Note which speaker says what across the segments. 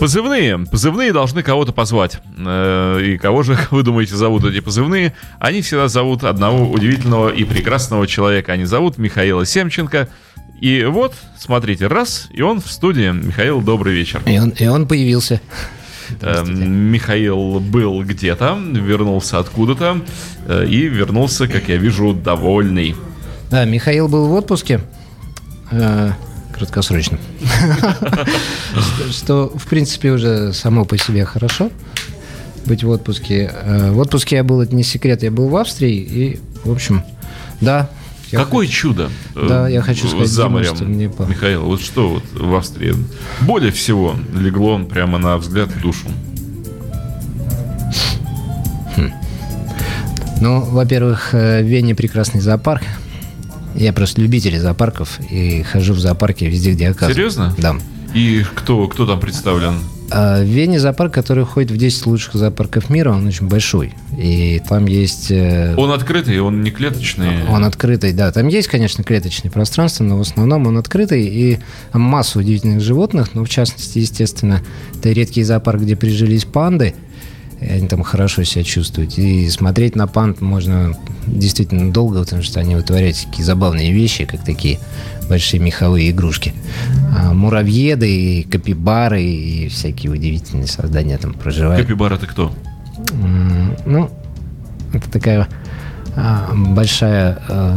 Speaker 1: Позывные должны кого-то позвать. И кого же, вы думаете, зовут эти позывные? Они всегда зовут одного удивительного и прекрасного человека. Они зовут Михаила Семченко. И вот, смотрите, раз, и он в студии. Михаил, добрый вечер.
Speaker 2: И он появился.
Speaker 1: Михаил был где-то, вернулся откуда-то. И вернулся, как я вижу, довольный.
Speaker 2: Да, Михаил был в отпуске. Краткосрочно. Что, в принципе, уже само по себе хорошо быть в отпуске. В отпуске я был, это не секрет, я был в Австрии. И, в общем, да.
Speaker 1: Какое чудо.
Speaker 2: Да, я хочу сказать,
Speaker 1: за морем,
Speaker 2: что мне
Speaker 1: Михаил, вот что вот в Австрии более всего легло прямо на взгляд в душу?
Speaker 2: Ну, во-первых, в Вене прекрасный зоопарк. Я просто любитель зоопарков и хожу в зоопарке везде, где оказываюсь.
Speaker 1: Серьезно?
Speaker 2: Да.
Speaker 1: И кто там представлен?
Speaker 2: В Вене зоопарк, который входит в 10 лучших зоопарков мира, он очень большой. И там есть...
Speaker 1: Он открытый, он не клеточный?
Speaker 2: Он открытый, да. Там есть, конечно, клеточное пространство, но в основном он открытый. И масса удивительных животных, но в частности, естественно, это редкий зоопарк, где прижились панды. И они там хорошо себя чувствуют. И смотреть на панд можно действительно долго, потому что они вытворяют такие забавные вещи, как такие большие меховые игрушки. Муравьеды, и капибары, и всякие удивительные создания там проживают.
Speaker 1: Капибара это кто?
Speaker 2: Ну, это такая большая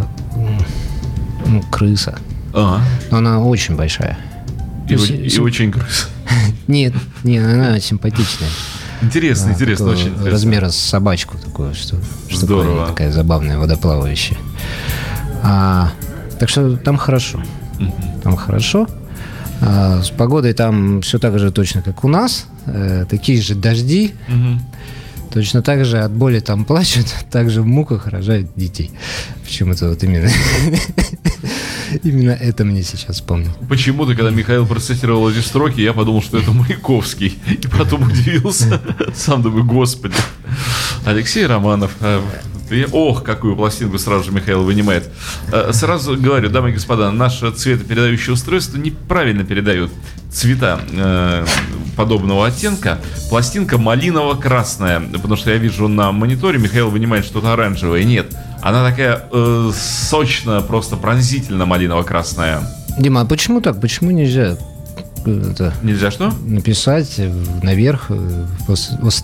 Speaker 2: крыса. Но она очень большая.
Speaker 1: И очень крыса.
Speaker 2: Нет, она симпатичная.
Speaker 1: Интересно, очень интересно.
Speaker 2: Размера с собачку такое, что
Speaker 1: здорово.
Speaker 2: Такая забавная, водоплавающая. Так что там хорошо. Там хорошо. С погодой там все так же точно, как у нас. Такие же дожди. Точно так же от боли там плачут, так же в муках рожают детей. Почему-то вот именно это мне сейчас вспомнил.
Speaker 1: Почему-то, когда Михаил процитировал эти строки, я подумал, что это Маяковский. И потом удивился. Сам думаю, господи. Алексей Романов. Ох, какую пластинку сразу же Михаил вынимает. Сразу говорю, дамы и господа, наше цветопередающее устройство неправильно передает цвета подобного оттенка. Пластинка малиново-красная, потому что я вижу на мониторе, Михаил вынимает что-то оранжевое. Нет, она такая сочно, просто пронзительно малиново-красная.
Speaker 2: Дима, а почему так? Почему нельзя
Speaker 1: Нельзя что?
Speaker 2: написать наверх